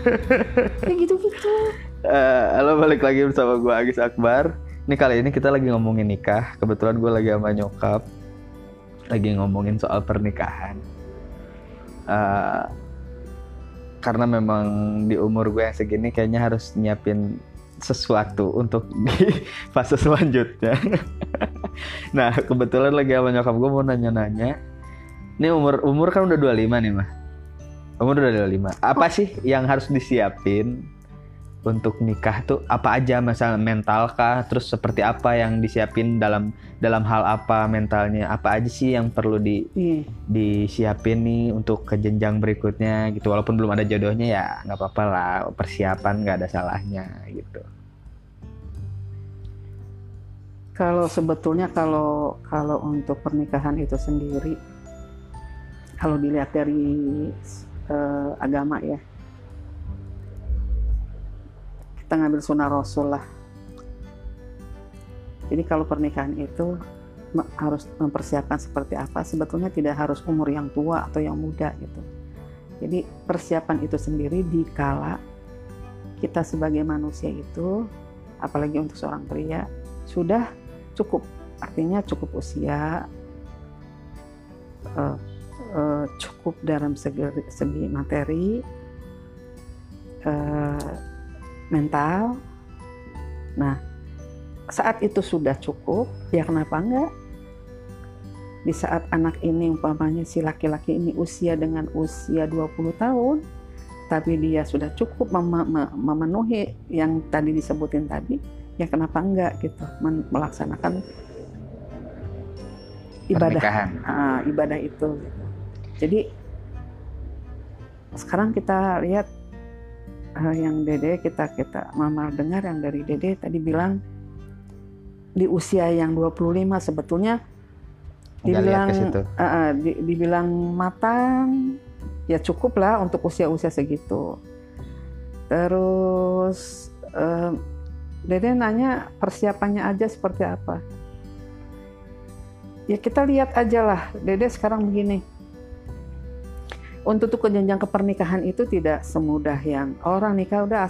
Kayak gitu-gitu. Halo, balik lagi bersama gue Agis Akbar. Ini kali ini kita lagi ngomongin nikah. Kebetulan gue lagi sama nyokap, lagi ngomongin soal pernikahan. Karena memang di umur gue yang segini kayaknya harus nyiapin sesuatu untuk di fase selanjutnya. Nah, kebetulan lagi sama nyokap gue mau nanya-nanya. Ini umur kan udah 25 nih, Mah. Umur udah 25. Apa sih yang harus disiapin untuk nikah tuh? Apa aja, masalah mental kah? Terus seperti apa yang disiapin dalam hal apa mentalnya? Apa aja sih yang perlu disiapin nih untuk ke jenjang berikutnya gitu? Walaupun belum ada jodohnya ya nggak apa-apa lah, persiapan nggak ada salahnya gitu. Kalau sebetulnya kalau untuk pernikahan itu sendiri, kalau dilihat dari agama ya, kita ngambil sunnah Rasul lah. Jadi kalau pernikahan itu harus mempersiapkan seperti apa, sebetulnya tidak harus umur yang tua atau yang muda gitu. Jadi persiapan itu sendiri dikala kita sebagai manusia itu, apalagi untuk seorang pria, sudah cukup, artinya cukup usia, cukup dalam segi materi, mental. Nah, saat itu sudah cukup, ya kenapa enggak? Di saat anak ini umpamanya si laki-laki ini dengan usia 20 tahun, tapi dia sudah cukup memenuhi yang tadi disebutin tadi, ya kenapa enggak gitu, melaksanakan ibadah itu. Jadi sekarang kita lihat yang Dede kita Mama dengar yang dari Dede tadi bilang di usia yang 25 sebetulnya dibilang matang, ya cukup lah untuk usia-usia segitu. Terus Dede nanya persiapannya aja seperti apa. Ya kita lihat aja lah, Dede sekarang begini. Untuk ke jenjang kepernikahan itu tidak semudah yang orang nikah udah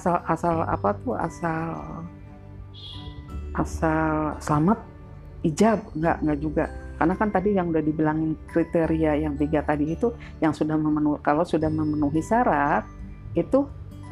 asal selamat ijab, enggak juga. Karena kan tadi yang udah dibilangin kriteria yang 3 tadi itu yang sudah kalau sudah memenuhi syarat itu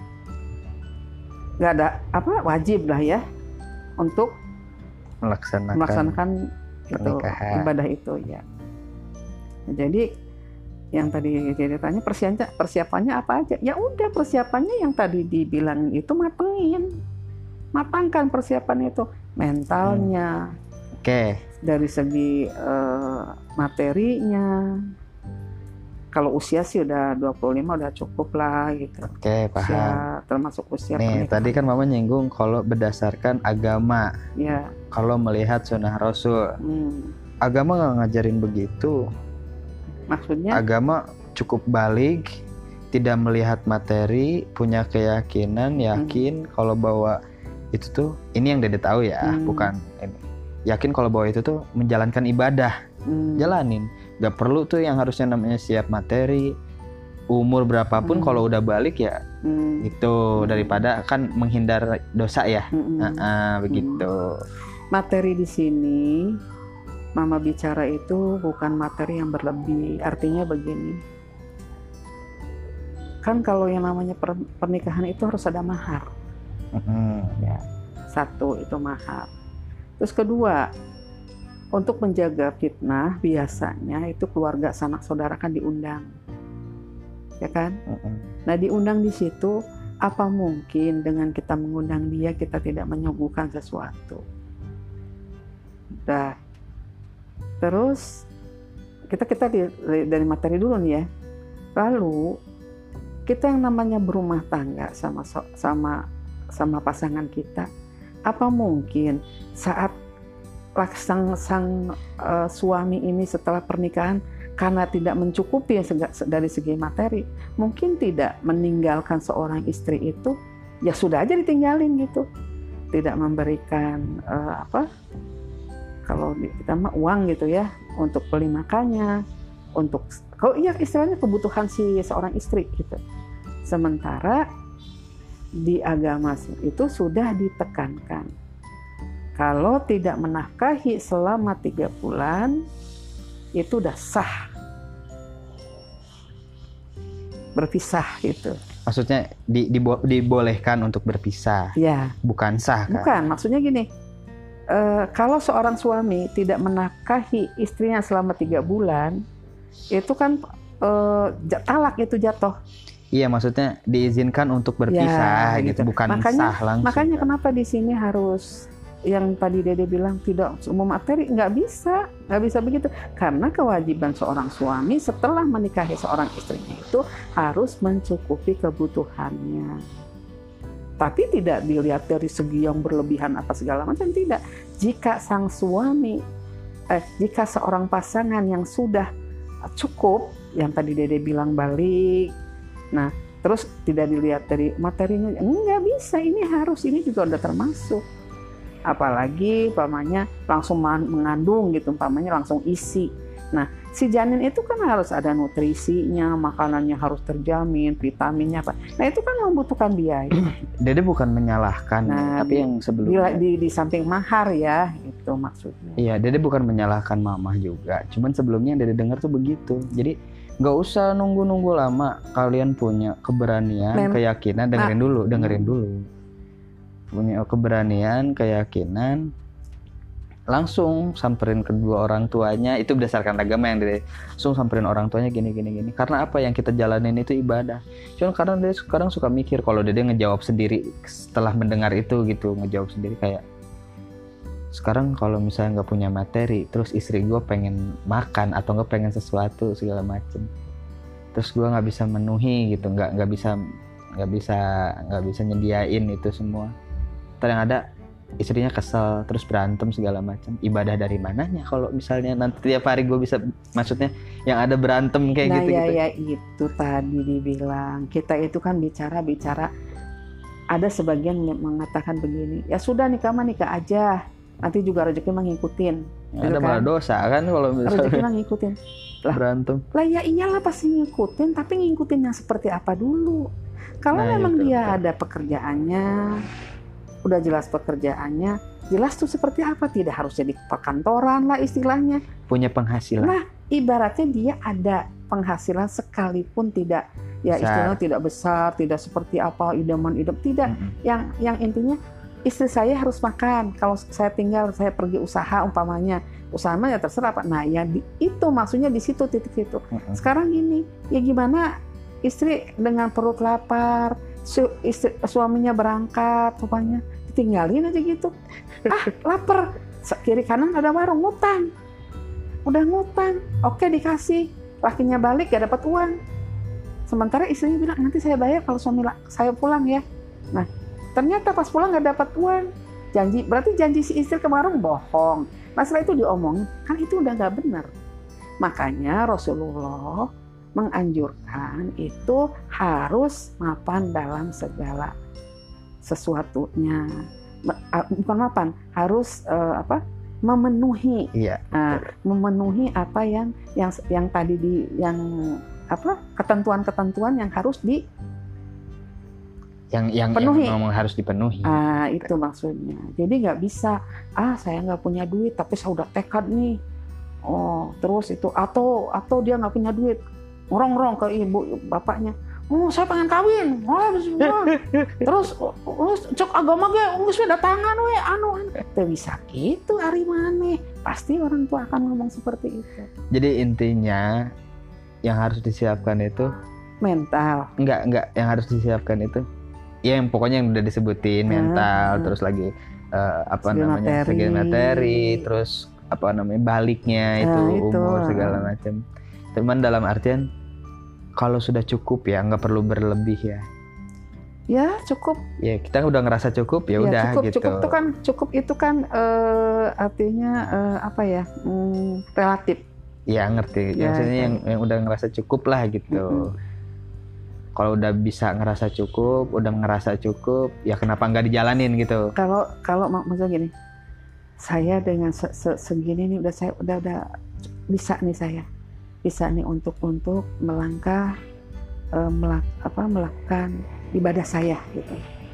nggak ada wajib lah ya untuk melaksanakan itu, ibadah itu ya. Jadi yang tadi dia tanya persiapannya apa aja? Ya udah, persiapannya yang tadi dibilangin itu matangkan persiapan itu, mentalnya, dari segi materinya. Kalau usia sih udah 25 udah cukup lah gitu. Paham. Termasuk usia nih pernikahan. Tadi kan Mama nyinggung kalau berdasarkan agama ya. Kalau melihat sunnah Rasul, agama nggak ngajarin begitu. Maksudnya? Agama cukup balik, tidak melihat materi, punya keyakinan, yakin kalau bahwa itu tuh, ini yang Dede tahu ya, bukan ini. Yakin kalau bahwa itu tuh menjalankan ibadah, jalanin. Gak perlu tuh yang harusnya namanya siap materi, umur berapapun kalau udah balik ya itu, daripada kan menghindar dosa ya, begitu. Materi di sini Mama bicara itu bukan materi yang berlebih. Artinya begini, kan kalau yang namanya pernikahan itu harus ada mahar. Ya, 1 itu mahar. Terus kedua, untuk menjaga fitnah biasanya itu keluarga sanak saudara kan diundang, ya kan? Nah, diundang di situ, apa mungkin dengan kita mengundang dia kita tidak menyuguhkan sesuatu? Terus kita dari materi dulu nih ya. Lalu kita yang namanya berumah tangga sama pasangan kita, apa mungkin saat sang suami ini setelah pernikahan karena tidak mencukupi dari segi materi, mungkin tidak meninggalkan seorang istri itu, ya sudah aja ditinggalin gitu, tidak memberikan kalau kita mah uang gitu ya untuk beli makannya, untuk kalau iya istilahnya kebutuhan si seorang istri gitu. Sementara di agama itu sudah ditekankan. Kalau tidak menafkahi selama 3 bulan, itu udah sah. Berpisah gitu. Maksudnya dibolehkan untuk berpisah. Ya. Bukan sah kan? Bukan, maksudnya gini. Kalau seorang suami tidak menafkahi istrinya selama 3 bulan, itu kan talak itu jatuh. Iya, maksudnya diizinkan untuk berpisah ya, gitu, bukan makanya, sah langsung. Makanya kenapa di sini harus yang tadi Dede bilang tidak semua materi, nggak bisa begitu, karena kewajiban seorang suami setelah menikahi seorang istrinya itu harus mencukupi kebutuhannya, tapi tidak dilihat dari segi yang berlebihan apa segala macam, tidak. Jika sang suami jika seorang pasangan yang sudah cukup, yang tadi Dede bilang balik, nah terus tidak dilihat dari materinya, nggak bisa, ini juga udah termasuk. Apalagi umpamanya langsung mengandung gitu, umpamanya langsung isi. Nah, si janin itu kan harus ada nutrisinya, makanannya harus terjamin, vitaminnya apa. Nah, itu kan membutuhkan biaya. Dede bukan menyalahkan, tapi yang sebelumnya di samping mahar ya, itu maksudnya. Iya, Dede bukan menyalahkan mamah juga. Cuman sebelumnya yang Dede dengar tuh begitu. Jadi nggak usah nunggu lama. Kalian punya keberanian, keyakinan, dengerin dulu. Punya keberanian, keyakinan, langsung samperin kedua orang tuanya. Itu berdasarkan agama yang Dede langsung samperin orang tuanya gini. Karena apa yang kita jalanin itu ibadah. Cuman kadang Dede sekarang suka mikir kalau Dede ngejawab sendiri setelah mendengar itu gitu, ngejawab sendiri kayak, sekarang kalau misalnya nggak punya materi, terus istri gue pengen makan atau nggak pengen sesuatu segala macem, terus gue nggak bisa menuhi gitu, nggak bisa nyediain itu semua. Yang ada istrinya kesel, terus berantem segala macam. Ibadah dari mananya kalau misalnya nanti tiap hari gue bisa, maksudnya yang ada berantem kayak gitu. Ya itu tadi dibilang, kita itu kan bicara. Ada sebagian yang mengatakan begini, ya sudah nikah aja, nanti juga rezeki mah ngikutin. Ya, ada malah dosa kan kalau misalnya rezeki mah ngikutin. Berantem. Lah ya iyalah pasti ngikutin, tapi ngikutinnya seperti apa dulu. Kalau memang dia ada pekerjaannya, udah jelas pekerjaannya, jelas tuh seperti apa, tidak harus jadi perkantoran lah istilahnya. Punya penghasilan. Nah, ibaratnya dia ada penghasilan sekalipun tidak, ya istilahnya tidak besar, tidak seperti apa idaman, tidak. Yang intinya istri saya harus makan. Kalau saya tinggal, saya pergi usaha umpamanya ya terserah apa. Nah, ya itu maksudnya di situ titik itu. Sekarang gini, ya gimana istri dengan perut lapar, suaminya berangkat, rupanya ditinggalin aja gitu. Lapar, kiri kanan ada warung, udah ngutang, oke dikasih, lakinya balik gak dapat uang, sementara istrinya bilang nanti saya bayar kalau suami saya pulang ya. Nah ternyata pas pulang gak dapat uang, berarti janji si istri ke warung bohong. Nah setelah itu diomongin, kan itu udah gak benar. Makanya Rasulullah menganjurkan itu harus mapan dalam segala sesuatunya, bukan mapan, harus memenuhi, memenuhi apa yang tadi ketentuan-ketentuan yang harus penuhi. Yang harus dipenuhi. Itu maksudnya. Jadi nggak bisa, saya nggak punya duit tapi saya udah tekad nih. Terus itu atau dia nggak punya duit, ngerong ke ibu bapaknya, saya pengen kawin, terus cok agama gue nggak sudah datangan we tidak bisa gitu, hari mana pasti orang tua akan ngomong seperti itu. Jadi intinya yang harus disiapkan itu mental. Enggak yang harus disiapkan itu ya yang pokoknya yang udah disebutin, mental, terus lagi segi materi, terus baliknya itu umur segala macam. Teman dalam artian kalau sudah cukup ya nggak perlu berlebih ya. Ya cukup. Ya kita udah ngerasa cukup ya udah gitu. Cukup itu kan artinya relatif. Ya ngerti. Ya, maksudnya yang udah ngerasa cukup lah gitu. Kalau udah bisa ngerasa cukup, udah ngerasa cukup, ya kenapa nggak dijalanin gitu? Kalau maksudnya gini, saya dengan segini nih udah bisa nih untuk melangkah melakukan ibadah saya gitu.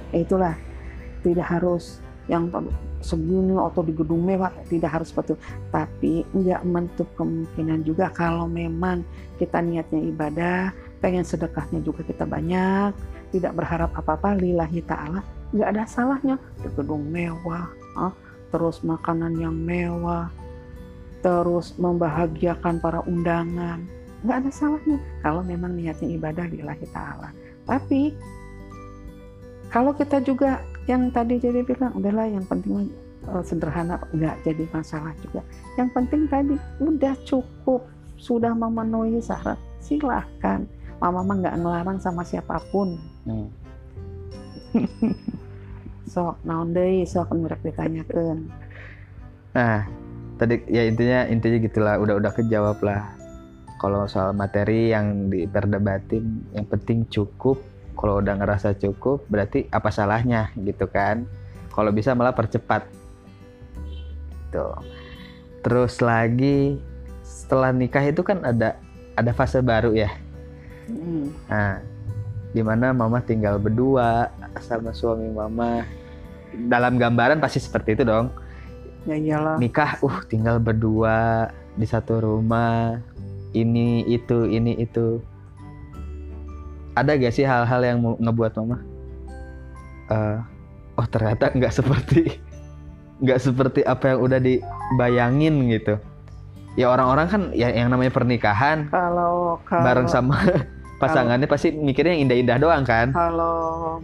Itulah, tidak harus yang segini atau di gedung mewah, tidak harus seperti itu. Tapi nggak menutup kemungkinan juga kalau memang kita niatnya ibadah, pengen sedekahnya juga kita banyak, tidak berharap apa-apa lillahi ta'ala, nggak ada salahnya di gedung mewah, terus makanan yang mewah, terus membahagiakan para undangan, nggak ada salahnya kalau memang niatnya ibadah lillahi ta'ala. Tapi kalau kita juga yang tadi jadi bilang, udahlah yang penting sederhana, nggak jadi masalah juga. Yang penting tadi udah cukup, sudah memenuhi syarat, silahkan. Mama mah nggak ngelarang sama siapapun. Sok naon deui sok merek ditanyakeun. Nah, tadi ya intinya gitulah, udah kejawab lah. Kalau soal materi yang diperdebatin, yang penting cukup. Kalau udah ngerasa cukup, berarti apa salahnya gitu kan? Kalau bisa malah percepat. Tuh. Terus lagi setelah nikah itu kan ada fase baru ya. Nah, dimana mama tinggal berdua sama suami mama. Dalam gambaran pasti seperti itu dong. Ya iyalah. Nikah, tinggal berdua di satu rumah. Ini itu. Ada gak sih hal-hal yang ngebuat mama ternyata nggak seperti apa yang udah dibayangin gitu. Ya orang-orang kan ya yang namanya pernikahan kalau bareng sama pasangannya pasti mikirnya yang indah-indah doang kan. Kalau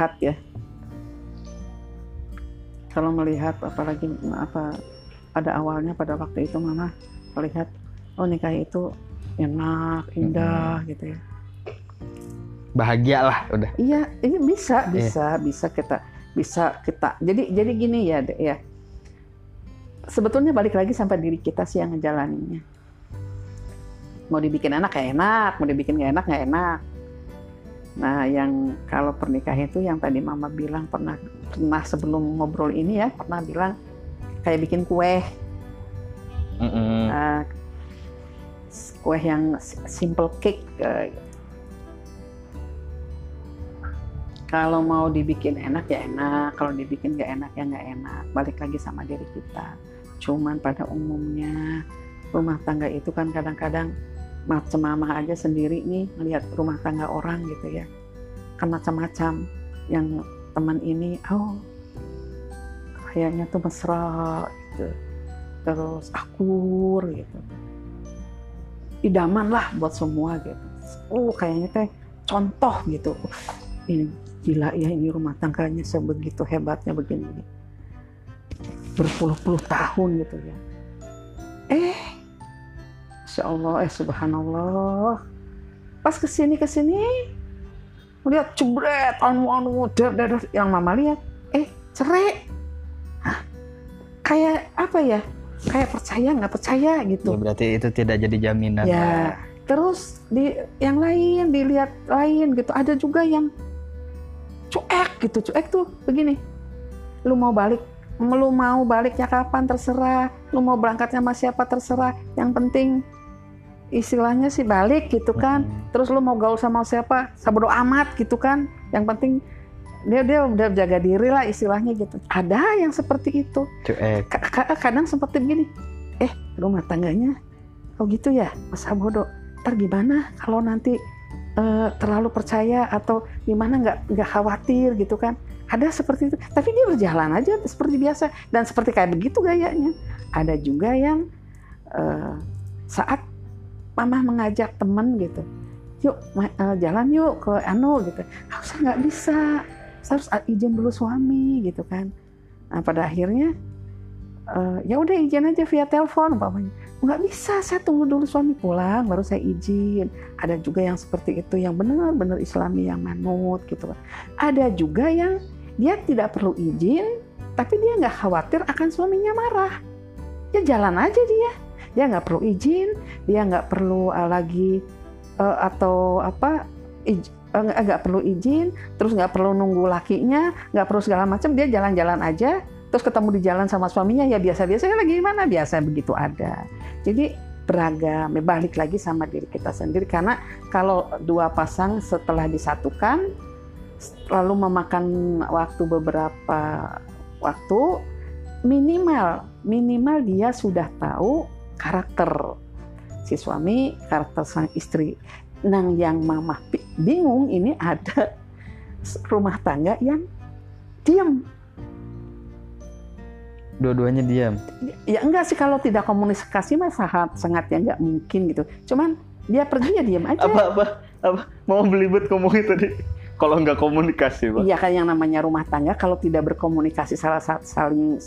melihat apalagi pada awalnya pada waktu itu mama melihat nikah itu enak, indah gitu ya. Bahagia lah udah. Iya, ini bisa kita. Jadi gini ya, Dek, ya. Sebetulnya balik lagi sampai diri kita sih yang ngejalaninnya. Mau dibikin enak ya enak, mau dibikin nggak enak. Nah, yang kalau pernikahan itu yang tadi Mama bilang pernah sebelum ngobrol ini ya, pernah bilang kayak bikin kue. Kue yang simple cake. Kalau mau dibikin enak ya enak, kalau dibikin nggak enak ya nggak enak. Balik lagi sama diri kita. Cuman pada umumnya rumah tangga itu kan kadang-kadang mama aja sendiri nih melihat rumah tangga orang gitu ya. Kan macam-macam. Yang teman ini, kayaknya tuh mesra gitu. Terus akur gitu. Idaman lah buat semua gitu. Kayaknya teh contoh gitu. Ini gila ya, ini rumah tangganya sebegitu hebatnya begini. Berpuluh-puluh tahun gitu ya. Masya Allah, subhanallah. Pas kesini melihat jebret, yang mama lihat, cerai. Kayak apa ya? Kayak percaya nggak percaya gitu. Ya, berarti itu tidak jadi jaminan. Ya, terus yang lain dilihat lain gitu. Ada juga yang cuek tuh begini, lu mau baliknya kapan terserah, lu mau berangkatnya sama siapa terserah, yang penting istilahnya sih balik gitu kan. Terus lu mau gaul sama siapa sabodo amat gitu kan, yang penting dia udah jaga diri lah istilahnya gitu. Ada yang seperti itu. Kadang seperti begini, rumah tangganya gitu ya Mas Sabodo, ntar gimana kalau nanti terlalu percaya atau gimana, nggak khawatir gitu kan. Ada seperti itu, tapi dia berjalan aja seperti biasa dan seperti kayak begitu gayanya. Ada juga yang saat mama mengajak teman gitu, yuk jalan yuk ke gitu, saya nggak bisa, saya harus izin dulu suami gitu kan. Nah pada akhirnya ya udah izin aja via telepon umpamanya. Nggak bisa, saya tunggu dulu suami pulang baru saya izin. Ada juga yang seperti itu, yang benar-benar Islami, yang manut gitu kan. Ada juga yang dia tidak perlu izin, tapi dia nggak khawatir akan suaminya marah. Ya jalan aja dia nggak perlu izin, dia nggak perlu nggak perlu izin, terus nggak perlu nunggu lakinya, nggak perlu segala macam, dia jalan-jalan aja. Terus ketemu di jalan sama suaminya ya biasa-biasa lagi gimana, biasa begitu ada. Jadi beragam, balik lagi sama diri kita sendiri, karena kalau dua pasang setelah disatukan lalu memakan waktu beberapa waktu, minimal dia sudah tahu karakter si suami, karakter sang istri. Nah, yang mama bingung ini ada rumah tangga yang diam. Dua-duanya diam. Ya enggak sih, kalau tidak komunikasi mah sangat ya nggak mungkin gitu. Cuman dia pergi ya diam aja. Apa? Mau belibet ngomongin tadi. Kalau nggak komunikasi, Pak. Iya kan, yang namanya rumah tangga kalau tidak berkomunikasi saling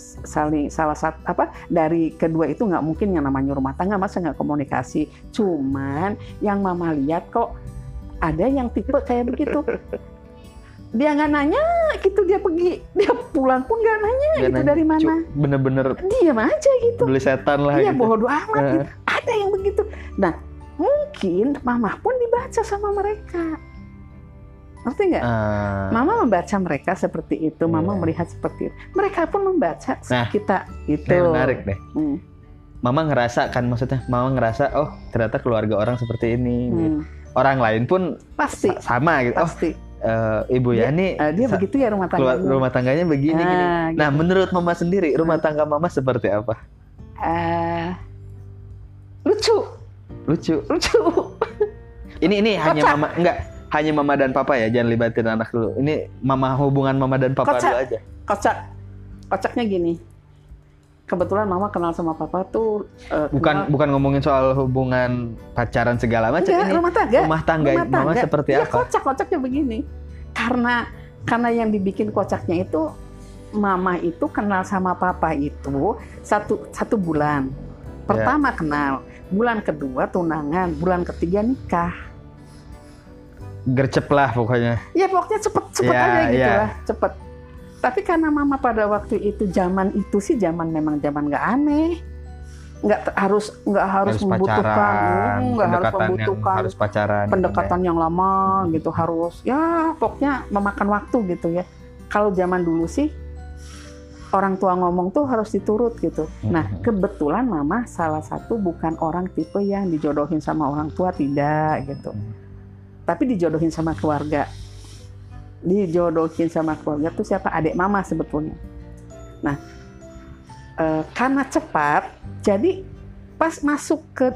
dari kedua itu nggak mungkin yang namanya rumah tangga, masa nggak komunikasi. Cuman yang mama lihat kok ada yang tipe kayak begitu. Dia nggak nanya gitu, dia pergi, dia pulang pun nggak nanya gitu nanya, dari mana. Bener-bener diam aja gitu. Beli setan lah. Iya, gitu. bodoh amat. Gitu. Ada yang begitu. Nah, mungkin mama pun dibaca sama mereka. Ngerti nggak? Mama membaca mereka seperti itu, mama melihat seperti itu. Mereka pun membaca kita itu. Nah, menarik deh. Mama ngerasa kan, maksudnya mama ngerasa oh ternyata keluarga orang seperti ini. Gitu. Orang lain pun pasti sama gitu. Pasti. Ibu Yani dia begitu ya rumah tangganya. Rumah tangganya begini gini. Nah, gitu. Menurut mama sendiri rumah tangga mama seperti apa? Lucu. Ini hanya mama, hanya mama dan papa ya, jangan libatin anak dulu. Ini hubungan mama dan papa dulu aja. Kocaknya gini. Kebetulan mama kenal sama papa tuh bukan ngomongin soal hubungan pacaran segala macam. Ini rumah tangga mama seperti apa? Kocaknya begini. Karena yang dibikin kocaknya itu, mama itu kenal sama papa itu satu bulan. Pertama kenal, bulan kedua tunangan, bulan ketiga nikah. Gercep lah pokoknya. Ya pokoknya cepet aja gitu lah, cepet. Tapi karena mama pada waktu itu zaman memang zaman nggak aneh, nggak harus membutuhkan, harus pacaran, pendekatan yang lama gitu, harus ya pokoknya memakan waktu gitu ya. Kalau zaman dulu sih orang tua ngomong tuh harus diturut gitu. Nah, kebetulan mama salah satu bukan orang tipe yang dijodohin sama orang tua, tidak gitu. Tapi dijodohin sama keluarga. Dijodohin sama keluarga tuh siapa? Adik mama sebetulnya. Nah, karena cepat, jadi pas masuk ke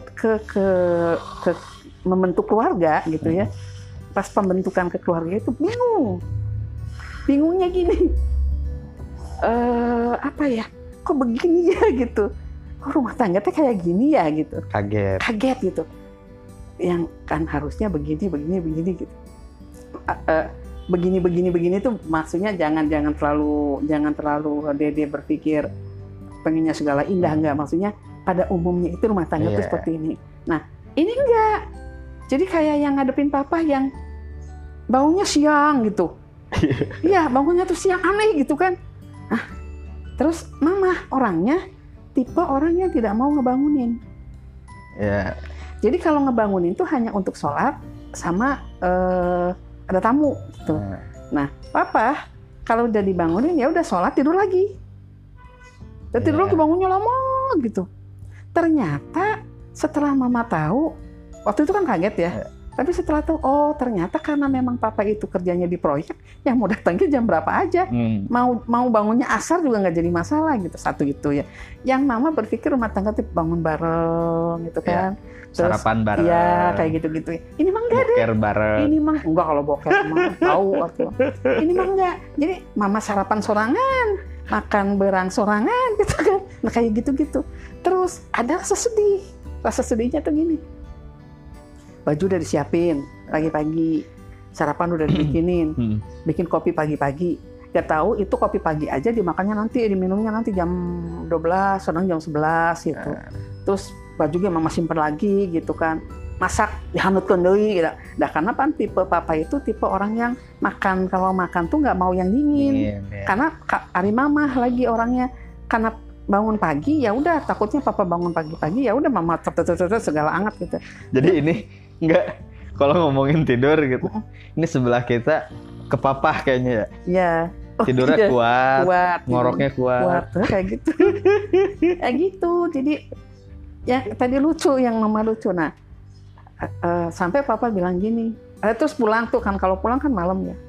membentuk keluarga gitu ya. Pas pembentukan ke keluarga itu bingungnya gini. Apa ya? Kok begini ya gitu? Kok rumah tangga teh kayak gini ya gitu? Kaget gitu. Yang kan harusnya begini gitu. Begini tuh maksudnya jangan terlalu dede berpikir pengennya segala indah, enggak, maksudnya pada umumnya itu rumah tangga tuh seperti ini. Nah, ini enggak. Jadi kayak yang ngadepin papa yang bangunnya siang gitu. Iya, bangunnya tuh siang, aneh gitu kan. Nah, terus mama orangnya tipe orang yang tidak mau ngebangunin. Jadi kalau ngebangunin tuh hanya untuk sholat sama ada tamu gitu. Nah, papa kalau udah dibangunin ya udah sholat, tidur lagi. Dan tidur lagi, bangunnya lama gitu. Ternyata setelah mama tahu, waktu itu kan kaget ya. Tapi setelah tahu, oh ternyata karena memang papa itu kerjanya di proyek, yang mau datangnya jam berapa aja. Mau bangunnya asar juga nggak jadi masalah gitu. Satu itu ya. Yang mama berpikir rumah tangga tuh bangun bareng gitu kan. Terus, sarapan bareng. Iya, kayak gitu-gitu. Ini mah enggak deh. Boker bareng. Ini mah enggak, kalau boker mah tahu waktu. Ini mah enggak. Jadi mama sarapan sorangan, makan berang sorangan gitu kan. Nah, kayak gitu-gitu. Terus ada rasa sedih. Rasa sedihnya tuh gini. Baju udah disiapin pagi-pagi. Sarapan udah dibikinin. Bikin kopi pagi-pagi. Gak tahu itu kopi pagi aja dimakannya nanti, diminumnya nanti jam 12, sedang jam 11 gitu. Terus bajunya mama simpen lagi gitu kan, masak dihanutkeun deui gitu. Nah, karena kan tipe papa itu tipe orang yang kalau makan tuh nggak mau yang dingin. Karena hari mama lagi orangnya, karena bangun pagi ya udah, takutnya papa bangun pagi-pagi ya udah mama segala anget gitu. Jadi ini nggak, kalau ngomongin tidur gitu, ini sebelah kita ke papa kayaknya ya. Iya. Tidurnya kuat, ngoroknya kuat. Kayak gitu. Kayak gitu. Jadi ya tadi lucu, yang mama lucu. Nah, sampai papa bilang gini, terus pulang tuh kan, kalau pulang kan malam ya.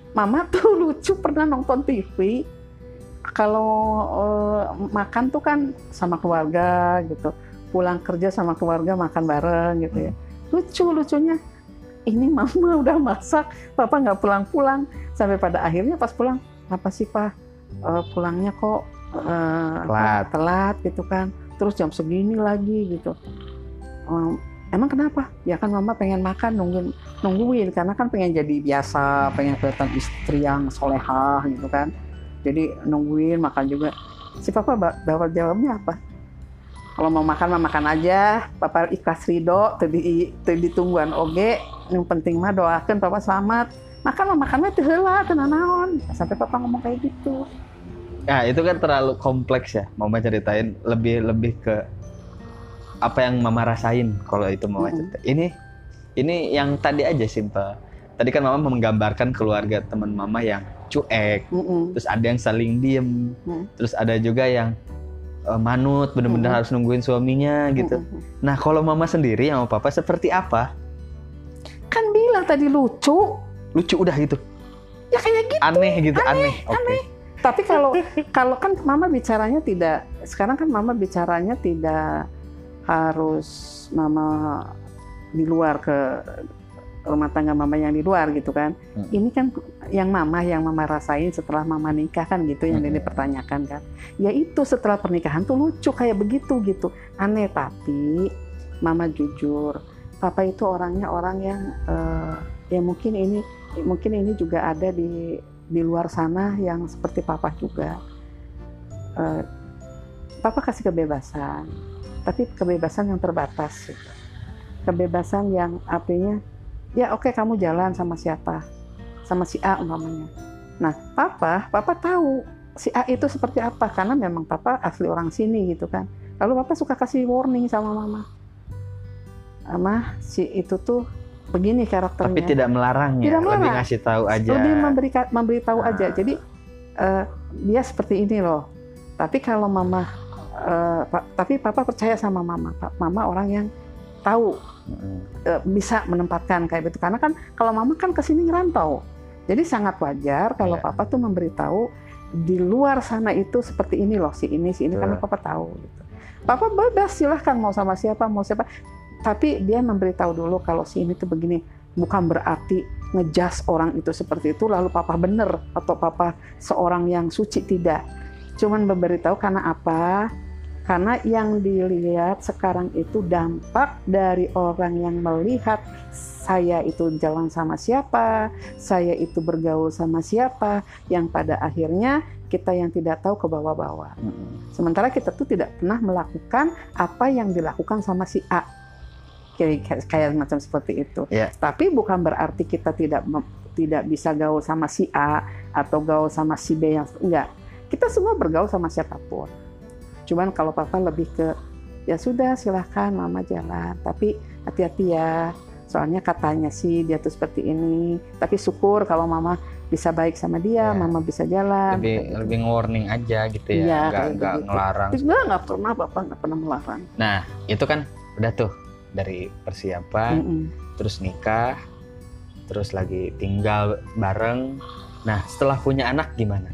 Mama tuh lucu pernah nonton TV. Kalau makan tuh kan sama keluarga gitu. Pulang kerja sama keluarga makan bareng gitu ya. Lucunya ini mama udah masak, papa nggak pulang-pulang. Sampai pada akhirnya pas pulang, apa sih Pak pulangnya kok telat gitu kan. Terus jam segini lagi gitu. Emang kenapa? Ya kan mama pengen makan, nungguin karena kan pengen jadi biasa, pengen kelihatan istri yang solehah gitu kan. Jadi nungguin makan juga. Si papa bawa jawabnya apa? Kalau mau makan mah makan aja, papa ikhlas ridho, teu ditungguan oge, yang penting mah doakeun papa selamat. Makan mah makan teh heula teu nanaon. Sampai papa ngomong kayak gitu. Ya, itu kan terlalu kompleks ya. Mama ceritain lebih ke apa yang mama rasain kalau itu mama cerita. Ini yang tadi aja simpel. Tadi kan mama menggambarkan keluarga teman mama yang cuek, terus ada yang saling diem, terus ada juga yang manut, bener-bener harus nungguin suaminya gitu. Nah kalau mama sendiri sama papa seperti apa? Kan bilang tadi lucu udah gitu. Ya kayak gitu. Aneh gitu, aneh. Okay. Tapi kalau kan mama bicaranya tidak, sekarang kan mama bicaranya tidak harus mama di luar ke rumah tangga mama yang di luar gitu kan. Ini kan yang mama rasain setelah mama nikah kan gitu, yang Dede pertanyakan kan. Ya itu setelah pernikahan tuh lucu kayak begitu gitu. Aneh, tapi mama jujur, papa itu orangnya orang yang ya mungkin ini juga ada di luar sana yang seperti papa juga. Papa kasih kebebasan, tapi kebebasan yang terbatas. Kebebasan yang artinya ya oke, kamu jalan sama siapa, sama si A umpamanya. Nah papa tahu si A itu seperti apa karena memang papa asli orang sini gitu kan. Lalu papa suka kasih warning sama mama, si itu tuh begini karakternya. Tapi tidak melarang ya, lebih ngasih tahu aja. Lebih memberi tahu aja. Jadi dia seperti ini loh. Tapi kalau mama, tapi papa percaya sama mama. Mama orang yang tahu, bisa menempatkan kayak gitu. Karena kan kalau mama kan kesini ngerantau. Jadi sangat wajar kalau papa tuh memberitahu di luar sana itu seperti ini loh, si ini karena papa tahu. Gitu. Papa bebas silahkan mau sama siapa, mau siapa. Tapi dia memberitahu dulu kalau si ini tuh begini, bukan berarti ngejas orang itu seperti itu lalu papa bener atau papa seorang yang suci, tidak. Cuman memberitahu karena apa? Karena yang dilihat sekarang itu dampak dari orang yang melihat saya itu jalan sama siapa, saya itu bergaul sama siapa, yang pada akhirnya kita yang tidak tahu ke bawah-bawah. Sementara kita tuh tidak pernah melakukan apa yang dilakukan sama si A. Kayak macam seperti itu. Tapi bukan berarti kita tidak bisa gaul sama si A atau gaul sama si B yang enggak. Kita semua bergaul sama siapapun. Cuman kalau papa lebih ke ya sudah silahkan mama jalan, tapi hati-hati ya. Soalnya katanya sih dia tuh seperti ini. Tapi syukur kalau mama bisa baik sama dia, mama bisa jalan. Lebih nge-warning aja gitu ya, nggak ngelarang. Nggak pernah, bapak nggak pernah melarang. Nah itu kan udah tuh dari persiapan, terus nikah, terus lagi tinggal bareng. Nah setelah punya anak gimana?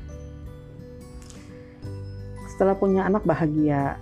Setelah punya anak bahagia.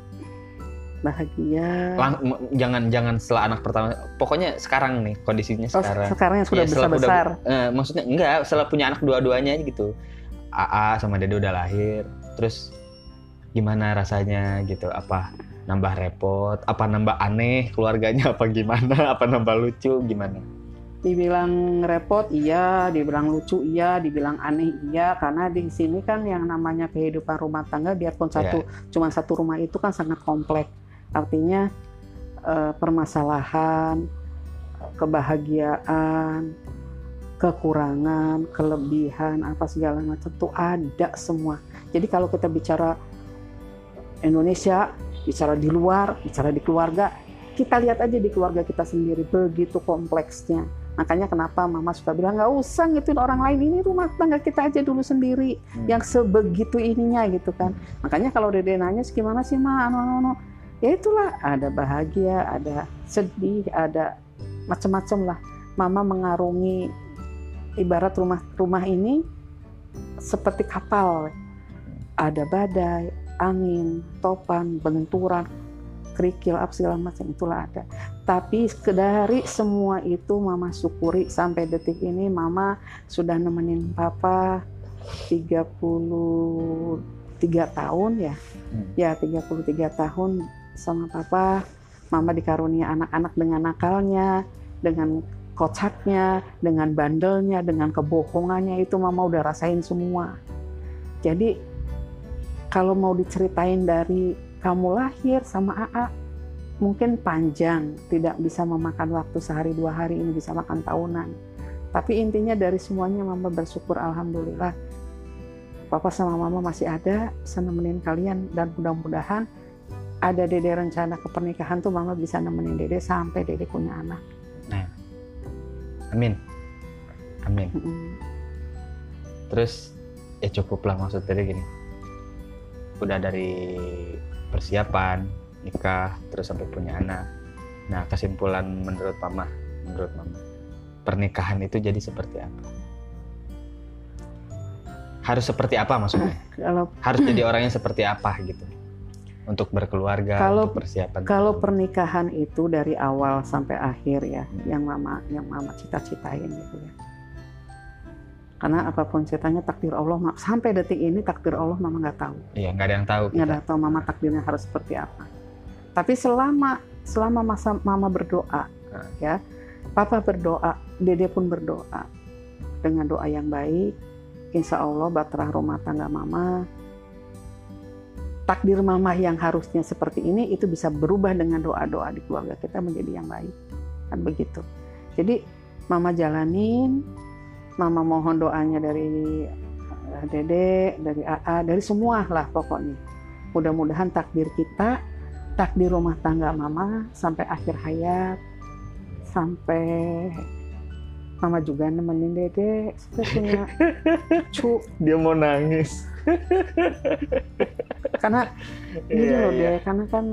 Jangan setelah anak pertama. Pokoknya sekarang nih kondisinya sekarang. Sekarang yang sudah besar. Maksudnya enggak, setelah punya anak dua-duanya gitu. AA sama Dede udah lahir. Terus gimana rasanya gitu? Apa nambah repot? Apa nambah aneh keluarganya? Apa gimana? Apa nambah lucu? Gimana? Dibilang repot iya, dibilang lucu iya, dibilang aneh iya, karena di sini kan yang namanya kehidupan rumah tangga biarpun cuma satu rumah itu kan sangat kompleks. Artinya permasalahan, kebahagiaan, kekurangan, kelebihan, apa segala macam itu ada semua. Jadi kalau kita bicara Indonesia, bicara di luar, bicara di keluarga, kita lihat aja di keluarga kita sendiri begitu kompleksnya. Makanya kenapa mama suka bilang nggak usah ngituin orang lain, ini rumah tangga kita aja dulu sendiri yang sebegitu ininya gitu kan. Makanya kalau Dede nanya gimana sih ma, ya itulah, ada bahagia, ada sedih, ada macam-macam lah. Mama mengarungi ibarat rumah ini seperti kapal, ada badai, angin, topan, benturan, kerikil, apa segala macam, itulah ada. Tapi dari semua itu Mama syukuri sampai detik ini Mama sudah nemenin Papa 33 tahun ya. Ya 33 tahun sama Papa. Mama dikarunia anak-anak dengan nakalnya, dengan kocaknya, dengan bandelnya, dengan kebohongannya, itu Mama udah rasain semua. Jadi kalau mau diceritain dari kamu lahir sama AA, mungkin panjang, tidak bisa memakan waktu sehari 2 hari, ini bisa makan tahunan. Tapi intinya dari semuanya Mama bersyukur, alhamdulillah Papa sama Mama masih ada, bisa nemenin kalian, dan mudah-mudahan ada Dede rencana ke pernikahan tuh Mama bisa nemenin Dede sampai Dede punya anak. Nah, amin. Amin. Terus ya cukuplah, maksud Dede gini. Udah dari persiapan nikah terus sampai punya anak. Nah, kesimpulan menurut Mama, pernikahan itu jadi seperti apa? Harus seperti apa maksudnya? Harus jadi orangnya seperti apa gitu? Untuk berkeluarga, untuk persiapan. Kalau pernikahan itu dari awal sampai akhir ya, yang Mama cita-citain gitu ya. Karena apapun ceritanya takdir Allah, sampai detik ini takdir Allah Mama nggak tahu. Iya, nggak ada yang tahu. Nggak ada tahu Mama takdirnya harus seperti apa. Tapi selama masa Mama berdoa, ya, Papa berdoa, Dede pun berdoa dengan doa yang baik. Insya Allah bahtera rumah tangga Mama, takdir Mama yang harusnya seperti ini itu bisa berubah dengan doa-doa di keluarga kita menjadi yang baik, kan begitu. Jadi Mama jalanin, Mama mohon doanya dari Dede, dari AA, dari semua lah pokoknya. Mudah-mudahan takdir kita, takdir rumah tangga Mama sampai akhir hayat, sampai Mama juga nemenin Dede sampai punya cucu. Dia mau nangis. Karena ini loh deh, karena kan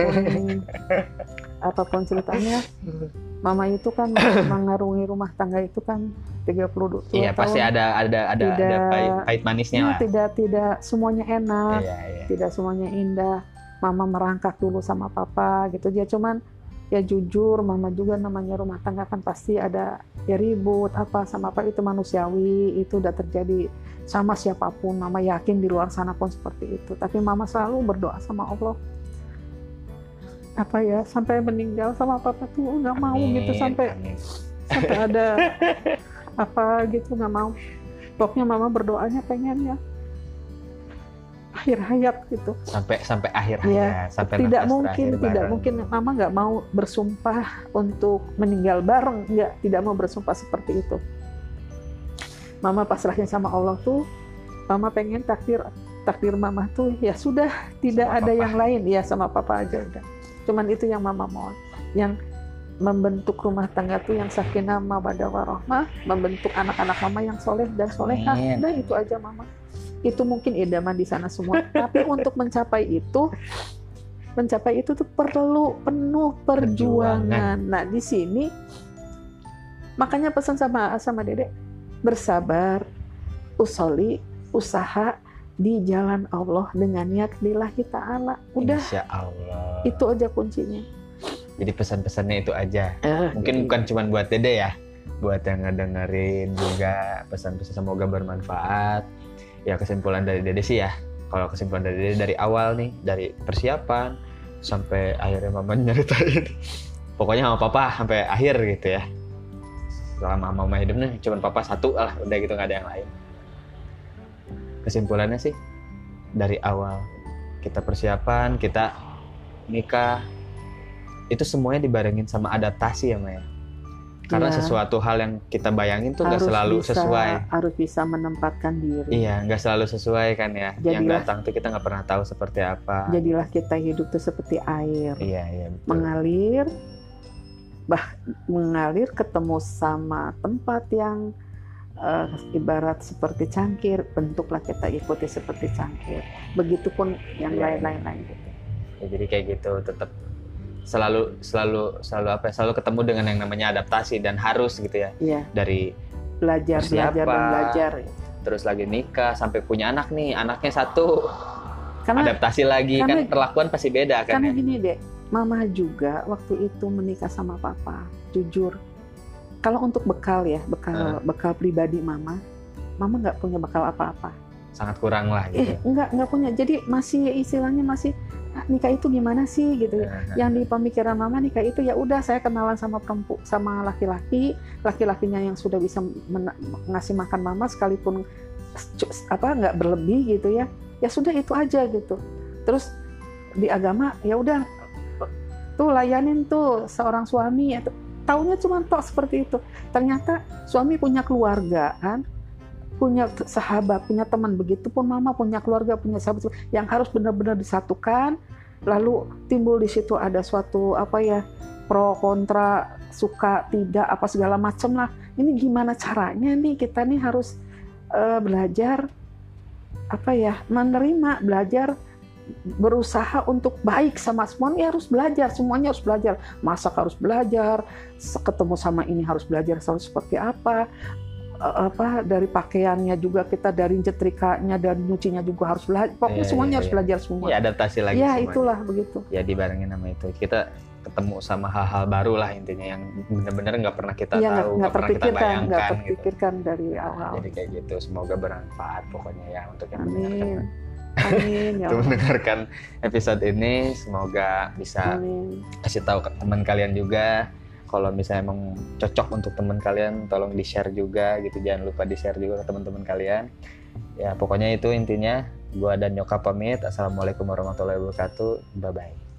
apapun ceritanya, Mama itu kan mengarungi rumah tangga itu kan 32 tahun. Iya, pasti ada pahit manisnya lah. Tidak semuanya enak, iya. tidak semuanya indah. Mama merangkak dulu sama Papa gitu. Dia cuman ya jujur, Mama juga namanya rumah tangga kan pasti ada ya ribut apa sama apa, itu manusiawi, itu udah terjadi sama siapapun. Mama yakin di luar sana pun seperti itu. Tapi Mama selalu berdoa sama Allah. Apa ya, sampai meninggal sama Papa tuh nggak mau gitu, sampai ada apa gitu, nggak mau. Pokoknya Mama berdoanya pengen ya akhir hayat gitu. Sampai akhir hayat, sampai tidak mungkin Mama nggak mau bersumpah untuk meninggal bareng, tidak mau bersumpah seperti itu. Mama pasrahnya sama Allah tuh, Mama pengen takdir Mama tuh ya sudah, tidak sama ada Papa. Yang lain ya, sama Papa aja udah. Cuman itu yang Mama mau, yang membentuk rumah tangga tuh yang sakinah mawaddah warahmah, membentuk anak-anak Mama yang soleh dan solehah. Udah itu aja Mama. Itu mungkin idaman di sana semua. Tapi untuk mencapai itu tuh perlu penuh perjuangan. Nah di sini makanya pesan sama Dede, bersabar, usaha di jalan Allah dengan niat lillahi ta'ala. Udah. Insya Allah. Itu aja kuncinya. Jadi pesan-pesannya itu aja. Mungkin bukan cuma buat Dede ya, buat yang ngedengerin juga pesan-pesan, semoga bermanfaat. Ya kesimpulan dari Dede sih ya, kalau kesimpulan dari Dede dari awal nih, dari persiapan sampai akhirnya Mama nyeritain, pokoknya sama Papa sampai akhir gitu ya. Selama Mama hidup nih cuma Papa satu lah, udah gitu, nggak ada yang lain. Kesimpulannya sih dari awal kita persiapan, kita nikah, itu semuanya dibarengin sama adaptasi ya Maya. Karena sesuatu hal yang kita bayangin tuh nggak selalu sesuai. Harus bisa menempatkan diri. Iya, nggak selalu sesuai kan ya. Yang datang tuh kita nggak pernah tahu seperti apa. Jadilah kita hidup tuh seperti air. Iya, betul. Mengalir ketemu sama tempat yang ibarat seperti cangkir, bentuklah kita ikuti seperti cangkir. Begitupun yang lain-lain gitu. Ya, jadi kayak gitu, tetap selalu ketemu dengan yang namanya adaptasi dan harus gitu ya. Dari belajar dan belajar. Terus lagi nikah sampai punya anak nih, anaknya satu, Karena adaptasi lagi kan perlakuan pasti beda kan. Karena gini deh, mama juga waktu itu menikah sama papa, jujur. Kalau untuk bekal ya, bekal pribadi mama nggak punya bekal apa-apa. Sangat kurang lah gitu. Nggak punya. Jadi masih istilahnya masih nikah itu gimana sih gitu. Yang di pemikiran mama nikah itu ya udah saya kenalan sama sama laki-lakinya yang sudah bisa ngasih makan mama sekalipun nggak berlebih gitu ya. Ya sudah itu aja gitu. Terus di agama ya udah tuh layanin tuh seorang suami ya. Taunya cuma tok seperti itu. Ternyata suami punya keluarga kan, punya sahabat, punya teman. Begitupun mama punya keluarga, punya sahabat yang harus benar-benar disatukan. Lalu timbul di situ ada suatu pro kontra, suka tidak apa segala macam lah. Ini gimana caranya nih kita nih harus belajar menerima, belajar berusaha untuk baik sama semuanya. Harus belajar, semuanya harus belajar. Masak harus belajar, ketemu sama ini harus belajar seperti apa dari pakaiannya juga kita, dari nyetrikanya, dari nyucinya juga harus belajar. Pokoknya semuanya harus belajar semua. Ya adaptasi lagi. Ya semuanya. Itulah begitu. Ya dibarengin sama itu. Kita ketemu sama hal-hal baru lah intinya yang benar-benar nggak pernah kita tahu, nggak pernah kita bayangkan. Nggak terpikirkan gitu. Dari awal. Jadi kayak gitu. Semoga bermanfaat pokoknya ya untuk yang mendengarkan. Amin. Ya untuk mendengarkan episode ini, semoga bisa kasih tahu ke teman kalian juga. Kalau misalnya emang cocok untuk teman kalian, tolong di-share juga gitu. Jangan lupa di-share juga ke teman-teman kalian. Ya pokoknya itu intinya. Gua dan Nyoka pamit. Assalamualaikum warahmatullahi wabarakatuh. Bye-bye.